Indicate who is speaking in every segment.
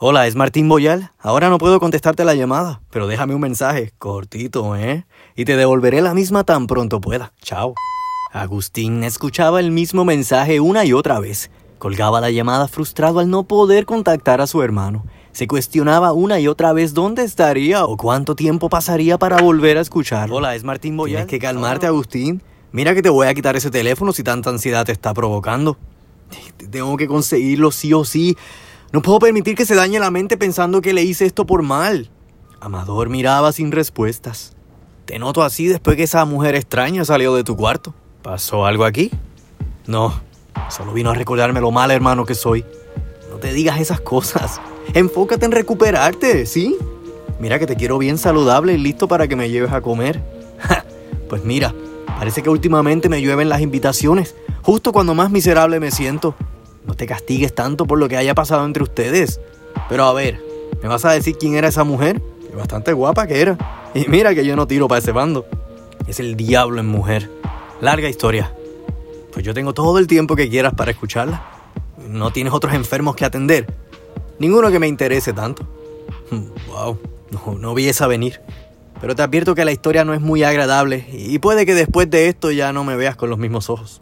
Speaker 1: Hola, es Martín Boyal. Ahora no puedo contestarte la llamada, pero déjame un mensaje, cortito, y te devolveré la misma tan pronto pueda. Chao. Agustín escuchaba el mismo mensaje una y otra vez. Colgaba la llamada frustrado al no poder contactar a su hermano. Se cuestionaba una y otra vez dónde estaría o cuánto tiempo pasaría para volver a escucharlo. Hola, es Martín Boyal. Tienes que calmarte, Agustín. Mira que te voy a quitar ese teléfono si tanta ansiedad te está provocando. Tengo que conseguirlo sí o sí. No puedo permitir que se dañe la mente pensando que le hice esto por mal. Amador miraba sin respuestas. Te noto así después que esa mujer extraña salió de tu cuarto. ¿Pasó algo aquí? No, solo vino a recordarme lo mal hermano que soy. No te digas esas cosas. Enfócate en recuperarte, ¿sí? Mira que te quiero bien saludable y listo para que me lleves a comer. Pues mira, parece que últimamente me llueven las invitaciones, justo cuando más miserable me siento. No te castigues tanto por lo que haya pasado entre ustedes. Pero a ver, ¿me vas a decir quién era esa mujer? Que bastante guapa que era. Y mira que yo no tiro para ese bando. Es el diablo en mujer. Larga historia. Pues yo tengo todo el tiempo que quieras para escucharla. No tienes otros enfermos que atender. Ninguno que me interese tanto. Wow, no vi esa venir. Pero te advierto que la historia no es muy agradable y puede que después de esto ya no me veas con los mismos ojos.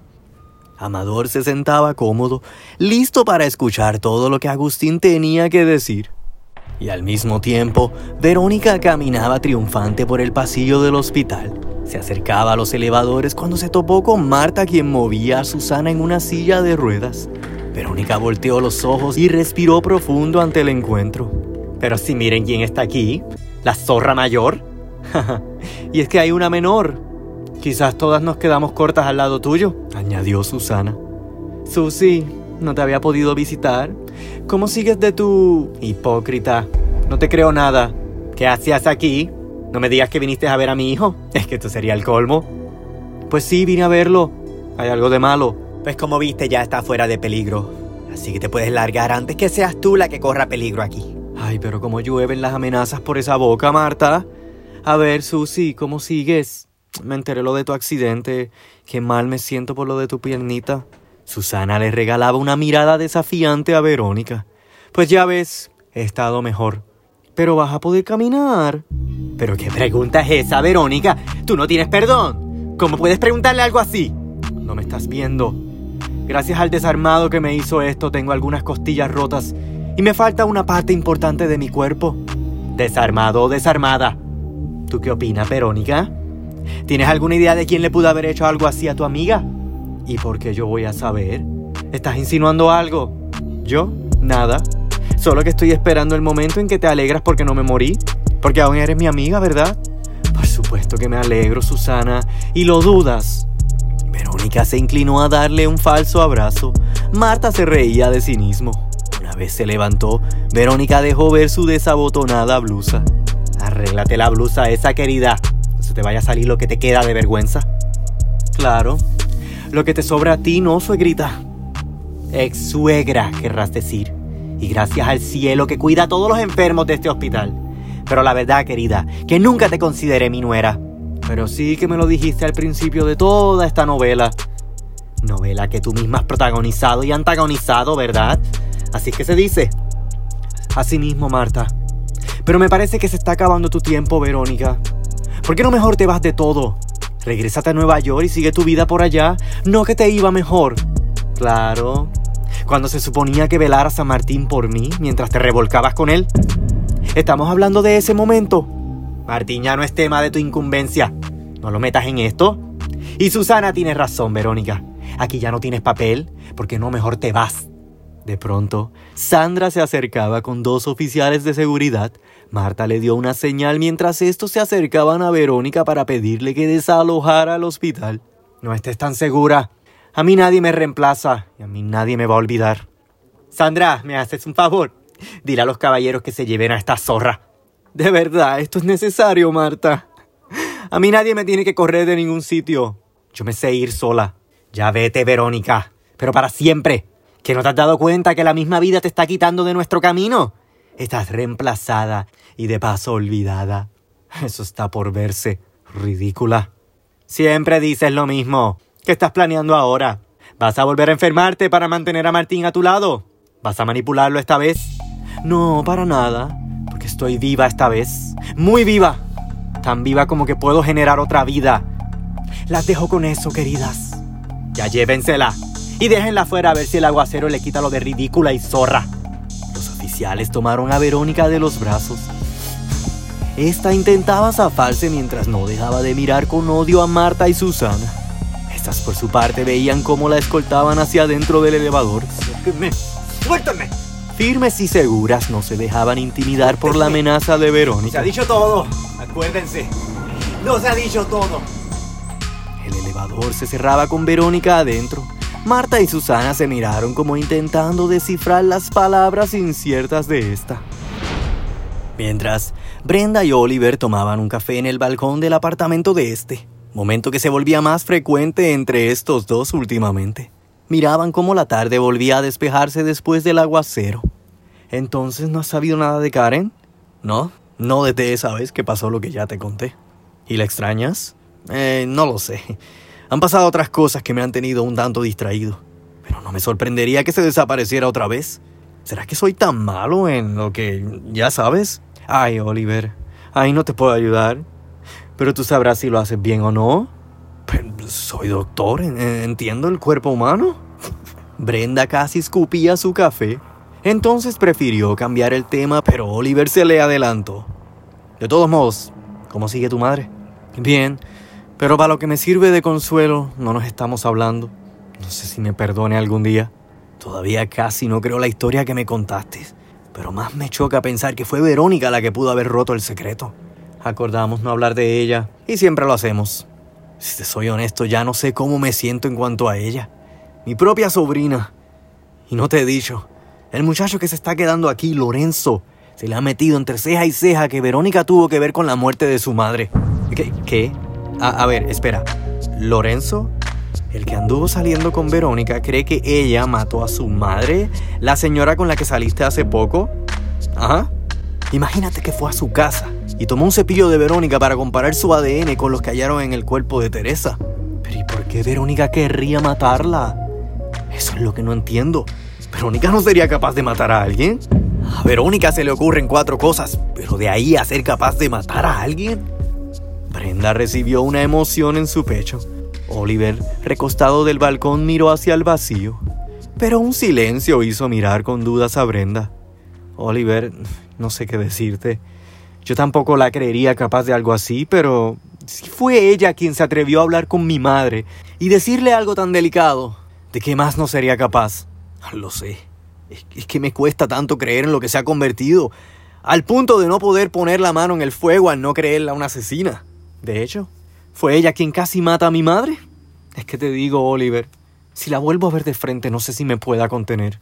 Speaker 1: Amador se sentaba cómodo, listo para escuchar todo lo que Agustín tenía que decir. Y al mismo tiempo, Verónica caminaba triunfante por el pasillo del hospital. Se acercaba a los elevadores cuando se topó con Marta, quien movía a Susana en una silla de ruedas. Verónica volteó los ojos y respiró profundo ante el encuentro. Pero si miren quién está aquí, la zorra mayor. Y es que hay una menor. Quizás todas nos quedamos cortas al lado tuyo, añadió Susana. Susi, no te había podido visitar. ¿Cómo sigues de tu... Hipócrita, no te creo nada. ¿Qué hacías aquí? No me digas que viniste a ver a mi hijo. Es que esto sería el colmo. Pues sí, vine a verlo. ¿Hay algo de malo? Pues como viste, ya está fuera de peligro. Así que te puedes largar antes que seas tú la que corra peligro aquí. Ay, pero cómo llueven las amenazas por esa boca, Marta. A ver, Susi, ¿cómo sigues? Me enteré lo de tu accidente. Qué mal me siento por lo de tu piernita. Susana le regalaba una mirada desafiante a Verónica. Pues ya ves, he estado mejor. ¿Pero vas a poder caminar? ¿Pero qué pregunta es esa, Verónica? ¿Tú no tienes perdón? ¿Cómo puedes preguntarle algo así? No me estás viendo. Gracias al desarmado que me hizo esto, tengo algunas costillas rotas y me falta una parte importante de mi cuerpo. ¿Desarmado o desarmada? ¿Tú qué opinas, Verónica? ¿Tienes alguna idea de quién le pudo haber hecho algo así a tu amiga? ¿Y por qué yo voy a saber? ¿Estás insinuando algo? ¿Yo? Nada. Solo que estoy esperando el momento en que te alegras porque no me morí. Porque aún eres mi amiga, ¿verdad? Por supuesto que me alegro, Susana. ¿Y lo dudas? Verónica se inclinó a darle un falso abrazo. Marta se reía de cinismo. Una vez se levantó, Verónica dejó ver su desabotonada blusa. Arréglate la blusa esa, querida. No se te vaya a salir lo que te queda de vergüenza. Claro. Lo que te sobra a ti, no, suegrita. Ex-suegra, querrás decir. Y gracias al cielo que cuida a todos los enfermos de este hospital. Pero la verdad, querida, que nunca te consideré mi nuera. Pero sí que me lo dijiste al principio de toda esta novela. Novela que tú misma has protagonizado y antagonizado, ¿verdad? Así que se dice. Así mismo, Marta. Pero me parece que se está acabando tu tiempo, Verónica. ¿Por qué no mejor te vas de todo? Regrésate a Nueva York y sigue tu vida por allá. No que te iba mejor. Claro. Cuando se suponía que velaras a Martín por mí mientras te revolcabas con él. ¿Estamos hablando de ese momento? Martín ya no es tema de tu incumbencia. No lo metas en esto. Y Susana tiene razón, Verónica. Aquí ya no tienes papel. ¿Por qué no mejor te vas? De pronto, Sandra se acercaba con 2 oficiales de seguridad. Marta le dio una señal mientras estos se acercaban a Verónica para pedirle que desalojara el hospital. No estés tan segura. A mí nadie me reemplaza y a mí nadie me va a olvidar. Sandra, ¿me haces un favor? Dile a los caballeros que se lleven a esta zorra. De verdad, esto es necesario, Marta. A mí nadie me tiene que correr de ningún sitio. Yo me sé ir sola. Ya vete, Verónica. Pero para siempre. ¿Que no te has dado cuenta que la misma vida te está quitando de nuestro camino? Estás reemplazada y de paso olvidada. Eso está por verse. Ridícula. Siempre dices lo mismo. ¿Qué estás planeando ahora? ¿Vas a volver a enfermarte para mantener a Martín a tu lado? ¿Vas a manipularlo esta vez? No, para nada, porque estoy viva esta vez. Muy viva. Tan viva como que puedo generar otra vida. Las dejo con eso, queridas. Ya llévensela y déjenla fuera a ver si el aguacero le quita lo de ridícula y zorra. Los oficiales tomaron a Verónica de los brazos. Esta intentaba zafarse mientras no dejaba de mirar con odio a Marta y Susana. Estas por su parte veían cómo la escoltaban hacia adentro del elevador. ¡Suéltenme! ¡Suéltenme! Firmes y seguras, no se dejaban intimidar por la amenaza de Verónica.
Speaker 2: Se ha dicho todo, acuérdense. No se ha dicho todo.
Speaker 1: El elevador se cerraba con Verónica adentro. Marta y Susana se miraron como intentando descifrar las palabras inciertas de esta. Mientras, Brenda y Oliver tomaban un café en el balcón del apartamento de este, momento que se volvía más frecuente entre estos dos últimamente. Miraban cómo la tarde volvía a despejarse después del aguacero. ¿Entonces no has sabido nada de Karen? ¿No? No desde esa vez que pasó lo que ya te conté. ¿Y la extrañas? No lo sé. Han pasado otras cosas que me han tenido un tanto distraído. Pero no me sorprendería que se desapareciera otra vez. ¿Será que soy tan malo en lo que ya sabes? Ay, Oliver, ahí no te puedo ayudar. Pero tú sabrás si lo haces bien o no. Pero soy doctor, entiendo el cuerpo humano. Brenda casi escupía su café. Entonces prefirió cambiar el tema, pero Oliver se le adelantó. De todos modos, ¿cómo sigue tu madre? Bien, pero para lo que me sirve de consuelo, no nos estamos hablando. No sé si me perdone algún día. Todavía casi no creo la historia que me contaste. Pero más me choca pensar que fue Verónica la que pudo haber roto el secreto. Acordamos no hablar de ella, y siempre lo hacemos. Si te soy honesto, ya no sé cómo me siento en cuanto a ella. Mi propia sobrina. Y no te he dicho, el muchacho que se está quedando aquí, Lorenzo, se le ha metido entre ceja y ceja que Verónica tuvo que ver con la muerte de su madre. ¿Qué? A ver, espera. ¿Lorenzo? El que anduvo saliendo con Verónica cree que ella mató a su madre, la señora con la que saliste hace poco. Ajá. Imagínate que fue a su casa y tomó un cepillo de Verónica para comparar su ADN con los que hallaron en el cuerpo de Teresa. Pero ¿y por qué Verónica querría matarla? Eso es lo que no entiendo. ¿Verónica no sería capaz de matar a alguien? A Verónica se le ocurren 4 cosas, pero de ahí a ser capaz de matar a alguien. Brenda recibió una emoción en su pecho. Oliver, recostado del balcón, miró hacia el vacío. Pero un silencio hizo mirar con dudas a Brenda. Oliver, no sé qué decirte. Yo tampoco la creería capaz de algo así, pero si fue ella quien se atrevió a hablar con mi madre y decirle algo tan delicado, ¿de qué más no sería capaz? Lo sé. Es que me cuesta tanto creer en lo que se ha convertido, al punto de no poder poner la mano en el fuego al no creerla una asesina. De hecho, ¿fue ella quien casi mata a mi madre? Es que te digo, Oliver, si la vuelvo a ver de frente no sé si me pueda contener.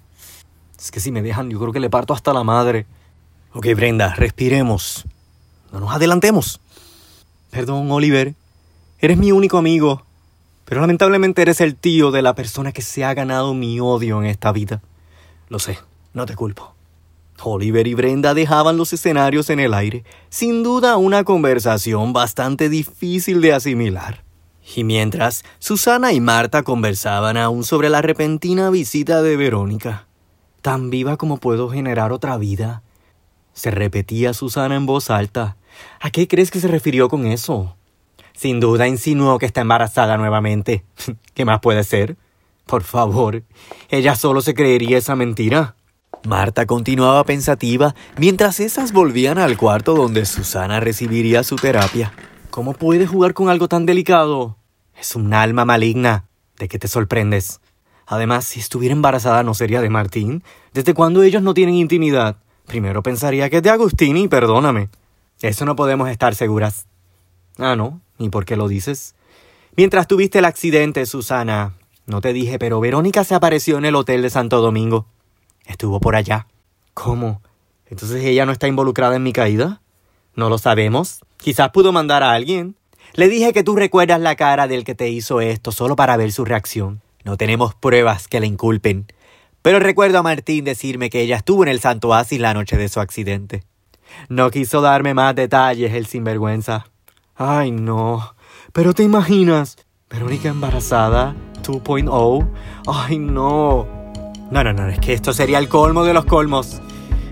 Speaker 1: Es que si me dejan yo creo que le parto hasta la madre. Ok, Brenda, respiremos. No nos adelantemos. Perdón, Oliver. Eres mi único amigo. Pero lamentablemente eres el tío de la persona que se ha ganado mi odio en esta vida. Lo sé, no te culpo. Oliver y Brenda dejaban los escenarios en el aire. Sin duda una conversación bastante difícil de asimilar. Y mientras, Susana y Marta conversaban aún sobre la repentina visita de Verónica. ¿Tan viva como puedo generar otra vida? Se repetía Susana en voz alta. ¿A qué crees que se refirió con eso? Sin duda insinuó que está embarazada nuevamente. ¿Qué más puede ser? Por favor, ella solo se creería esa mentira. Marta continuaba pensativa mientras esas volvían al cuarto donde Susana recibiría su terapia. ¿Cómo puede jugar con algo tan delicado? Es un alma maligna. ¿De qué te sorprendes? Además, si estuviera embarazada no sería de Martín. ¿Desde cuándo ellos no tienen intimidad? Primero pensaría que es de Agustín y perdóname. Eso no podemos estar seguras. Ah, ¿no? ¿Y por qué lo dices? Mientras tuviste el accidente, Susana, no te dije, pero Verónica se apareció en el hotel de Santo Domingo. Estuvo por allá. ¿Cómo? ¿Entonces ella no está involucrada en mi caída? No lo sabemos. Quizás pudo mandar a alguien. Le dije que tú recuerdas la cara del que te hizo esto solo para ver su reacción. No tenemos pruebas que la inculpen. Pero recuerdo a Martín decirme que ella estuvo en el Santo Oasis la noche de su accidente. No quiso darme más detalles el sinvergüenza. Ay, no. ¿Pero te imaginas? Verónica embarazada 2.0. Ay, no. No, es que esto sería el colmo de los colmos.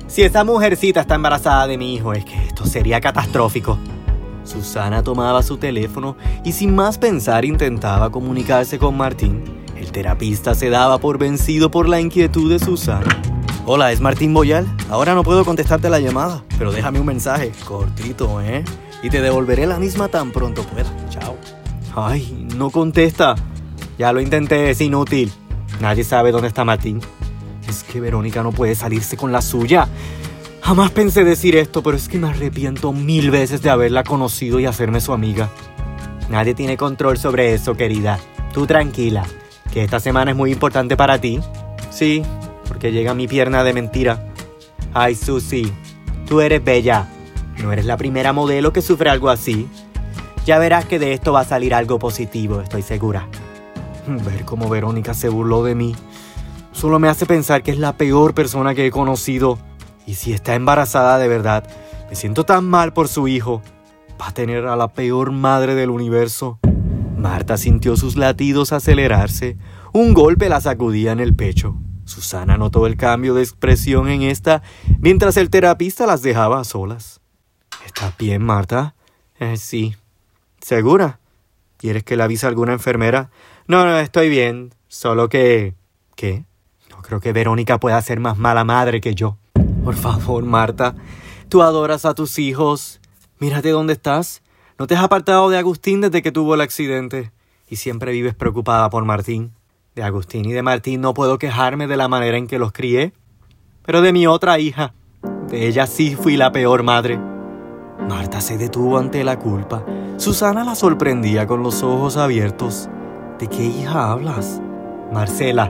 Speaker 1: Si esa mujercita está embarazada de mi hijo, es que esto sería catastrófico. Susana tomaba su teléfono y sin más pensar intentaba comunicarse con Martín. El terapista se daba por vencido por la inquietud de Susana. Hola, es Martín Boyal. Ahora no puedo contestarte la llamada, pero déjame un mensaje, cortito, y te devolveré la misma tan pronto pueda. Chao. Ay, no contesta. Ya lo intenté, es inútil. Nadie sabe dónde está Martín. Es que Verónica no puede salirse con la suya. Jamás pensé decir esto, pero es que me arrepiento 1000 veces de haberla conocido y hacerme su amiga. Nadie tiene control sobre eso, querida. Tú tranquila, que esta semana es muy importante para ti. Sí, porque llega mi pierna de mentira. Ay, Susi, tú eres bella. No eres la primera modelo que sufre algo así. Ya verás que de esto va a salir algo positivo, estoy segura. Ver cómo Verónica se burló de mí solo me hace pensar que es la peor persona que he conocido. Y si está embarazada de verdad, me siento tan mal por su hijo. Va a tener a la peor madre del universo. Marta sintió sus latidos acelerarse. Un golpe la sacudía en el pecho. Susana notó el cambio de expresión en esta mientras el terapista las dejaba a solas. ¿Estás bien, Marta? Sí. ¿Segura? ¿Quieres que le avise a alguna enfermera? No, estoy bien. Solo que... ¿Qué? No creo que Verónica pueda ser más mala madre que yo. Por favor, Marta. Tú adoras a tus hijos. Mírate dónde estás. No te has apartado de Agustín desde que tuvo el accidente. Y siempre vives preocupada por Martín. De Agustín y de Martín no puedo quejarme de la manera en que los crié. Pero de mi otra hija, de ella sí fui la peor madre. Marta se detuvo ante la culpa. Susana la sorprendía con los ojos abiertos. ¿De qué hija hablas? Marcela.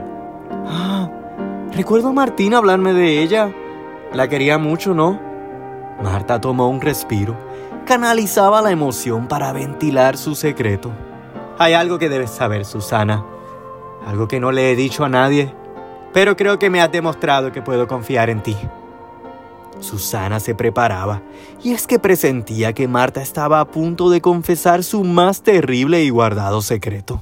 Speaker 1: Recuerdo a Martín hablarme de ella. La quería mucho, ¿no? Marta tomó un respiro. Canalizaba la emoción para ventilar su secreto. Hay algo que debes saber, Susana. Algo que no le he dicho a nadie. Pero creo que me has demostrado que puedo confiar en ti. Susana se preparaba. Y es que presentía que Marta estaba a punto de confesar su más terrible y guardado secreto.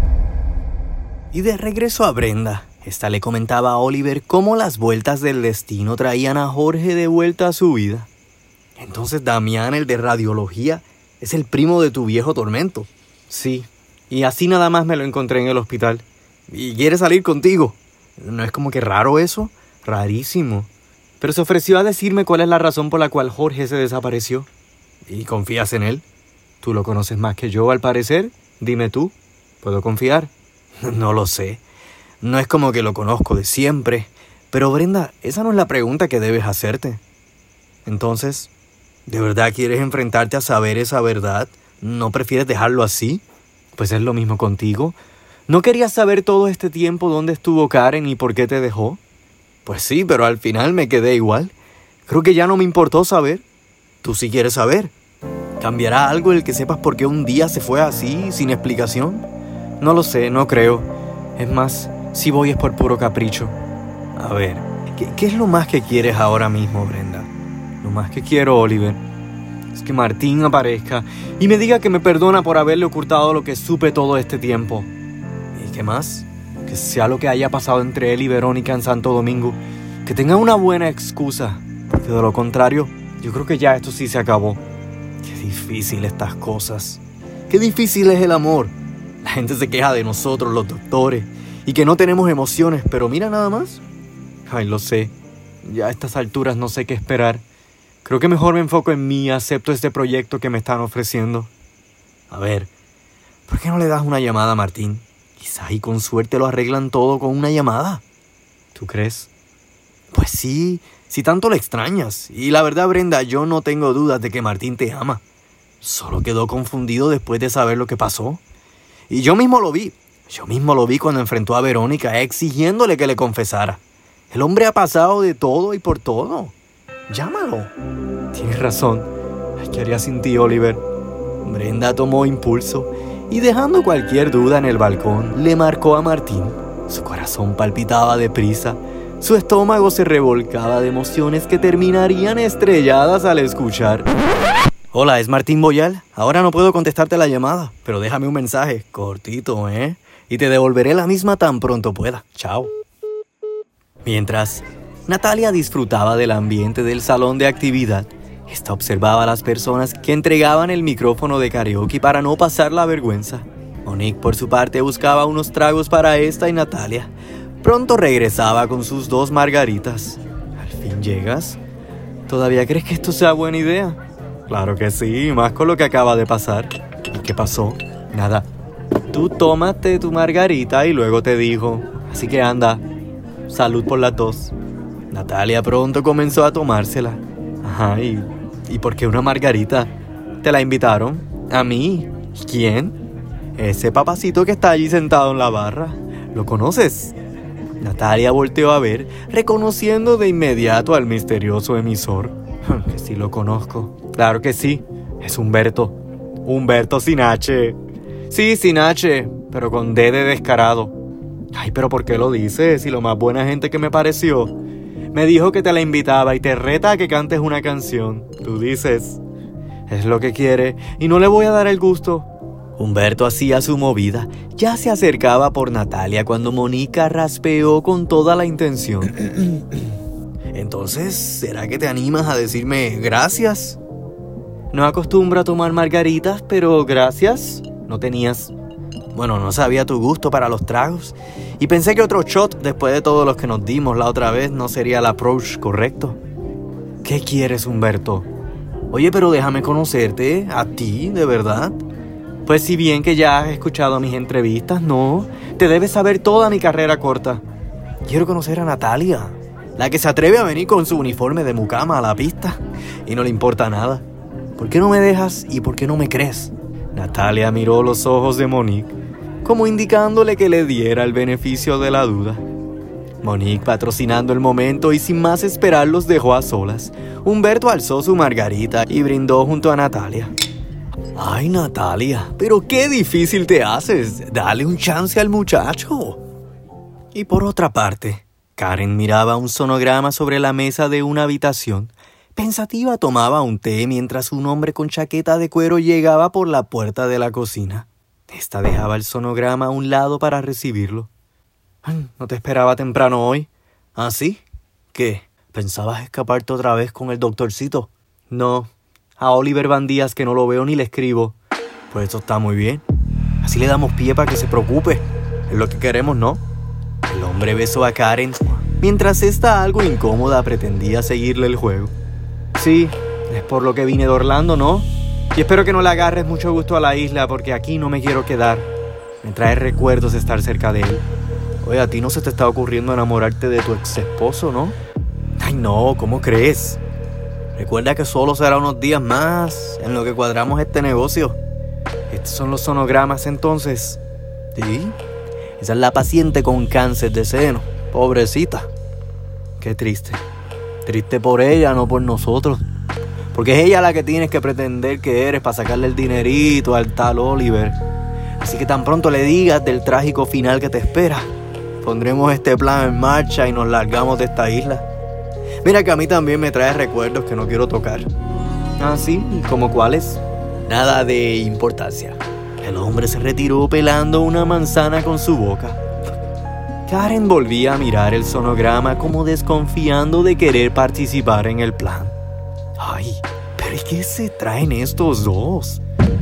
Speaker 1: Y de regreso a Brenda, esta le comentaba a Oliver cómo las vueltas del destino traían a Jorge de vuelta a su vida. Entonces Damián, el de radiología, es el primo de tu viejo tormento. Sí, y así nada más me lo encontré en el hospital. ¿Y quiere salir contigo? ¿No es como que raro eso? Rarísimo. Pero se ofreció a decirme cuál es la razón por la cual Jorge se desapareció. ¿Y confías en él? Tú lo conoces más que yo, al parecer. Dime tú, ¿puedo confiar? No lo sé. No es como que lo conozco de siempre. Pero Brenda, esa no es la pregunta que debes hacerte. Entonces, ¿de verdad quieres enfrentarte a saber esa verdad? ¿No prefieres dejarlo así? Pues es lo mismo contigo. ¿No querías saber todo este tiempo dónde estuvo Karen y por qué te dejó? Pues sí, pero al final me quedé igual. Creo que ya no me importó saber. ¿Tú sí quieres saber? ¿Cambiará algo el que sepas por qué un día se fue así, sin explicación? No lo sé, no creo. Es más, si voy es por puro capricho. A ver, ¿qué es lo más que quieres ahora mismo, Brenda? Lo más que quiero, Oliver, es que Martín aparezca y me diga que me perdona por haberle ocultado lo que supe todo este tiempo. ¿Y qué más? Que sea lo que haya pasado entre él y Verónica en Santo Domingo, que tenga una buena excusa, porque de lo contrario, yo creo que ya esto sí se acabó. Qué difícil estas cosas. Qué difícil es el amor. La gente se queja de nosotros, los doctores, y que no tenemos emociones, pero mira nada más. Ay, lo sé. Ya a estas alturas no sé qué esperar. Creo que mejor me enfoco en mí y acepto este proyecto que me están ofreciendo. A ver, ¿por qué no le das una llamada a Martín? Quizás y con suerte lo arreglan todo con una llamada. ¿Tú crees? Pues sí, si tanto lo extrañas. Y la verdad, Brenda, yo no tengo dudas de que Martín te ama. Solo quedó confundido después de saber lo que pasó. Y yo mismo lo vi. Yo mismo lo vi cuando enfrentó a Verónica exigiéndole que le confesara. El hombre ha pasado de todo y por todo. Llámalo. Tienes razón. Ay, ¿qué haría sin ti, Oliver? Brenda tomó impulso y dejando cualquier duda en el balcón, le marcó a Martín. Su corazón palpitaba deprisa. Su estómago se revolcaba de emociones que terminarían estrelladas al escuchar. Hola, es Martín Boyal. Ahora no puedo contestarte la llamada, pero déjame un mensaje, cortito, y te devolveré la misma tan pronto pueda. Chao. Mientras, Natalia disfrutaba del ambiente del salón de actividad. Esta observaba a las personas que entregaban el micrófono de karaoke para no pasar la vergüenza. Monique, por su parte, buscaba unos tragos para esta y Natalia. Pronto regresaba con sus 2 margaritas. ¿Al fin llegas? ¿Todavía crees que esto sea buena idea? Claro que sí, más con lo que acaba de pasar. ¿Y qué pasó? Nada. Tú tómate tu margarita y luego te dijo. Así que anda, salud por las 2. Natalia pronto comenzó a tomársela. Ajá, ¿y por qué una margarita? ¿Te la invitaron? ¿A mí? ¿Quién? Ese papacito que está allí sentado en la barra. ¿Lo conoces? Natalia volteó a ver, reconociendo de inmediato al misterioso emisor. Que sí lo conozco. Claro que sí, es Humberto. Humberto sin H. Sí, sin H, pero con D de descarado. Ay, pero ¿por qué lo dices? Y lo más buena gente que me pareció. Me dijo que te la invitaba y te reta a que cantes una canción. Tú dices, es lo que quiere y no le voy a dar el gusto. Humberto hacía su movida. Ya se acercaba por Natalia cuando Mónica raspeó con toda la intención. Entonces, ¿será que te animas a decirme gracias? No acostumbro a tomar margaritas, pero gracias. No tenías... Bueno, no sabía tu gusto para los tragos. Y pensé que otro shot, después de todos los que nos dimos la otra vez, no sería el approach correcto. ¿Qué quieres, Humberto? Oye, pero déjame conocerte, a ti, ¿de verdad? Pues si bien que ya has escuchado mis entrevistas, no. Te debes saber toda mi carrera corta. Quiero conocer a Natalia, la que se atreve a venir con su uniforme de mucama a la pista y no le importa nada. ¿Por qué no me dejas y por qué no me crees? Natalia miró los ojos de Monique, como indicándole que le diera el beneficio de la duda. Monique, patrocinando el momento y sin más esperar, los dejó a solas. Humberto alzó su margarita y brindó junto a Natalia. Ay, Natalia, pero qué difícil te haces. Dale un chance al muchacho. Y por otra parte, Karen miraba un sonograma sobre la mesa de una habitación. Pensativa tomaba un té mientras un hombre con chaqueta de cuero llegaba por la puerta de la cocina. Esta dejaba el sonograma a un lado para recibirlo. ¿No te esperaba temprano hoy? ¿Ah, sí? ¿Qué? ¿Pensabas escaparte otra vez con el doctorcito? No, a Oliver Van Díaz que no lo veo ni le escribo. Pues eso está muy bien. Así le damos pie para que se preocupe. Es lo que queremos, ¿no? El hombre besó a Karen mientras esta, algo incómoda, pretendía seguirle el juego. Sí, es por lo que vine de Orlando, ¿no? Y espero que no le agarres mucho gusto a la isla porque aquí no me quiero quedar. Me trae recuerdos estar cerca de él. Oye, a ti no se te está ocurriendo enamorarte de tu ex esposo, ¿no? Ay, no, ¿cómo crees? Recuerda que solo será unos días más en lo que cuadramos este negocio. Estos son los sonogramas entonces. ¿Sí? Esa es la paciente con cáncer de seno. Pobrecita. Qué triste. Triste por ella, no por nosotros. Porque es ella la que tienes que pretender que eres para sacarle el dinerito al tal Oliver. Así que tan pronto le digas del trágico final que te espera, pondremos este plan en marcha y nos largamos de esta isla. Mira que a mí también me trae recuerdos que no quiero tocar. Ah, sí, ¿cómo cuáles? Nada de importancia. El hombre se retiró pelando una manzana con su boca. Karen volvía a mirar el sonograma como desconfiando de querer participar en el plan. Ay, pero ¿y qué se traen estos dos?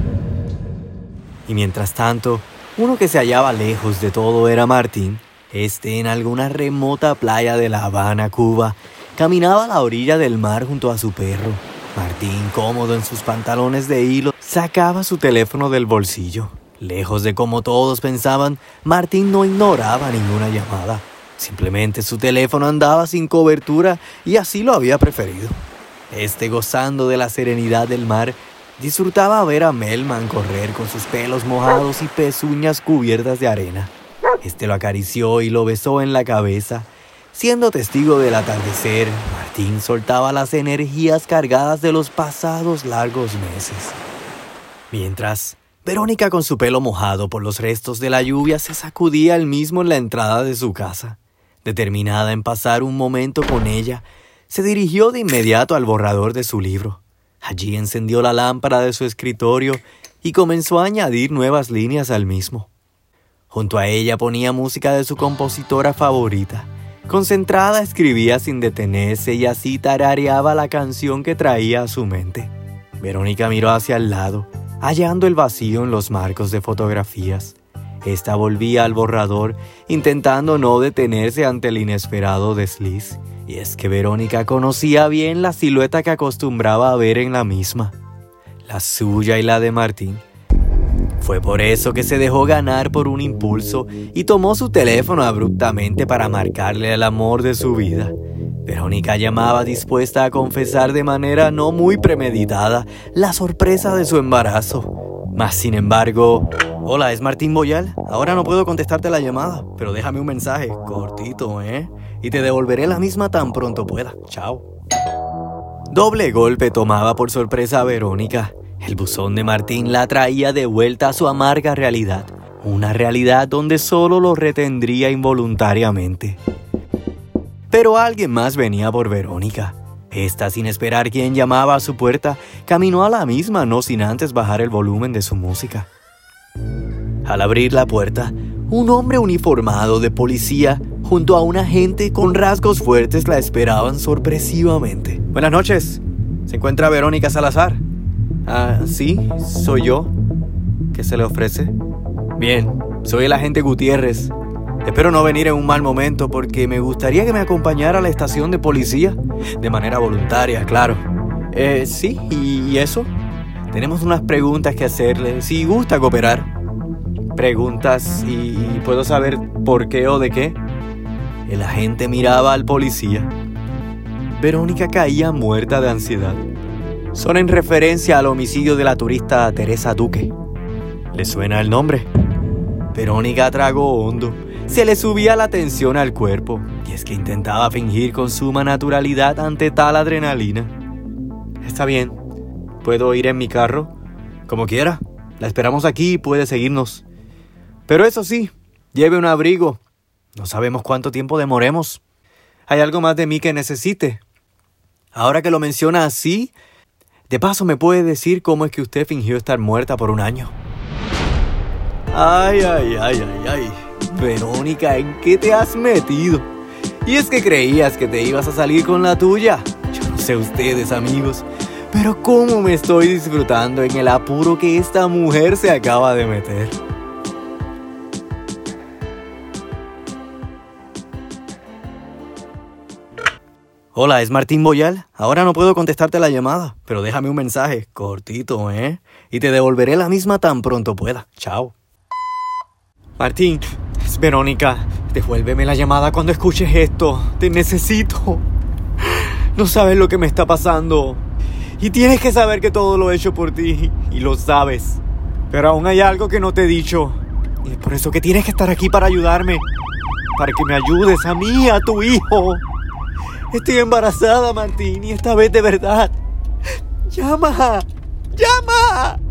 Speaker 1: Y mientras tanto, uno que se hallaba lejos de todo era Martín. En alguna remota playa de La Habana, Cuba, caminaba a la orilla del mar junto a su perro. Martín, cómodo en sus pantalones de hilo, sacaba su teléfono del bolsillo. Lejos de como todos pensaban, Martín no ignoraba ninguna llamada. Simplemente su teléfono andaba sin cobertura y así lo había preferido. Gozando de la serenidad del mar, disfrutaba ver a Melman correr con sus pelos mojados y pezuñas cubiertas de arena. Lo acarició y lo besó en la cabeza. Siendo testigo del atardecer, Martín soltaba las energías cargadas de los pasados largos meses. Mientras, Verónica, con su pelo mojado por los restos de la lluvia, se sacudía él mismo en la entrada de su casa. Determinada en pasar un momento con ella, se dirigió de inmediato al borrador de su libro. Allí encendió la lámpara de su escritorio y comenzó a añadir nuevas líneas al mismo. Junto a ella ponía música de su compositora favorita, Concentrada escribía sin detenerse y así tarareaba la canción que traía a su mente. Verónica miró hacia el lado, hallando el vacío en los marcos de fotografías. Esta volvía al borrador, intentando no detenerse ante el inesperado desliz. Y es que Verónica conocía bien la silueta que acostumbraba a ver en la misma, la suya y la de Martín. Fue por eso que se dejó ganar por un impulso y tomó su teléfono abruptamente para marcarle al amor de su vida. Verónica llamaba dispuesta a confesar de manera no muy premeditada la sorpresa de su embarazo. Mas sin embargo... Hola, ¿es Martín Boyal? Ahora no puedo contestarte la llamada, pero déjame un mensaje, cortito, y te devolveré la misma tan pronto pueda. Chao. Doble golpe tomaba por sorpresa a Verónica. El buzón de Martín la traía de vuelta a su amarga realidad. Una realidad donde solo lo retendría involuntariamente. Pero alguien más venía por Verónica. Esta, sin esperar quién llamaba a su puerta, caminó a la misma, no sin antes bajar el volumen de su música. Al abrir la puerta, un hombre uniformado de policía junto a un agente con rasgos fuertes la esperaban sorpresivamente. Buenas noches. ¿Se encuentra Verónica Salazar? Sí, soy yo. ¿Qué se le ofrece? Bien, soy el agente Gutiérrez. Espero no venir en un mal momento porque me gustaría que me acompañara a la estación de policía. De manera voluntaria, claro. Sí, ¿y eso? Tenemos unas preguntas que hacerle, si gusta cooperar. ¿Preguntas y puedo saber por qué o de qué? El agente miraba al policía. Verónica caía muerta de ansiedad. Son en referencia al homicidio de la turista Teresa Duque. ¿Le suena el nombre? Verónica tragó hondo. Se le subía la tensión al cuerpo. Y es que intentaba fingir con suma naturalidad ante tal adrenalina. Está bien. ¿Puedo ir en mi carro? Como quiera. La esperamos aquí y puede seguirnos. Pero eso sí, lleve un abrigo. No sabemos cuánto tiempo demoremos. ¿Hay algo más de mí que necesite? Ahora que lo menciona así, de paso me puede decir cómo es que usted fingió estar muerta por un año. Ay. Verónica, ¿en qué te has metido? ¿Y es que creías que te ibas a salir con la tuya? Yo no sé ustedes, amigos, pero cómo me estoy disfrutando en el apuro que esta mujer se acaba de meter. Hola, ¿es Martín Boyal? Ahora no puedo contestarte la llamada, pero déjame un mensaje, cortito, y te devolveré la misma tan pronto pueda. Chao. Martín, es Verónica. Devuélveme la llamada cuando escuches esto. Te necesito. No sabes lo que me está pasando. Y tienes que saber que todo lo he hecho por ti. Y lo sabes. Pero aún hay algo que no te he dicho. Y es por eso que tienes que estar aquí para ayudarme. Para que me ayudes a mí, a tu hijo. Estoy embarazada, Martín, y esta vez de verdad. ¡Llama!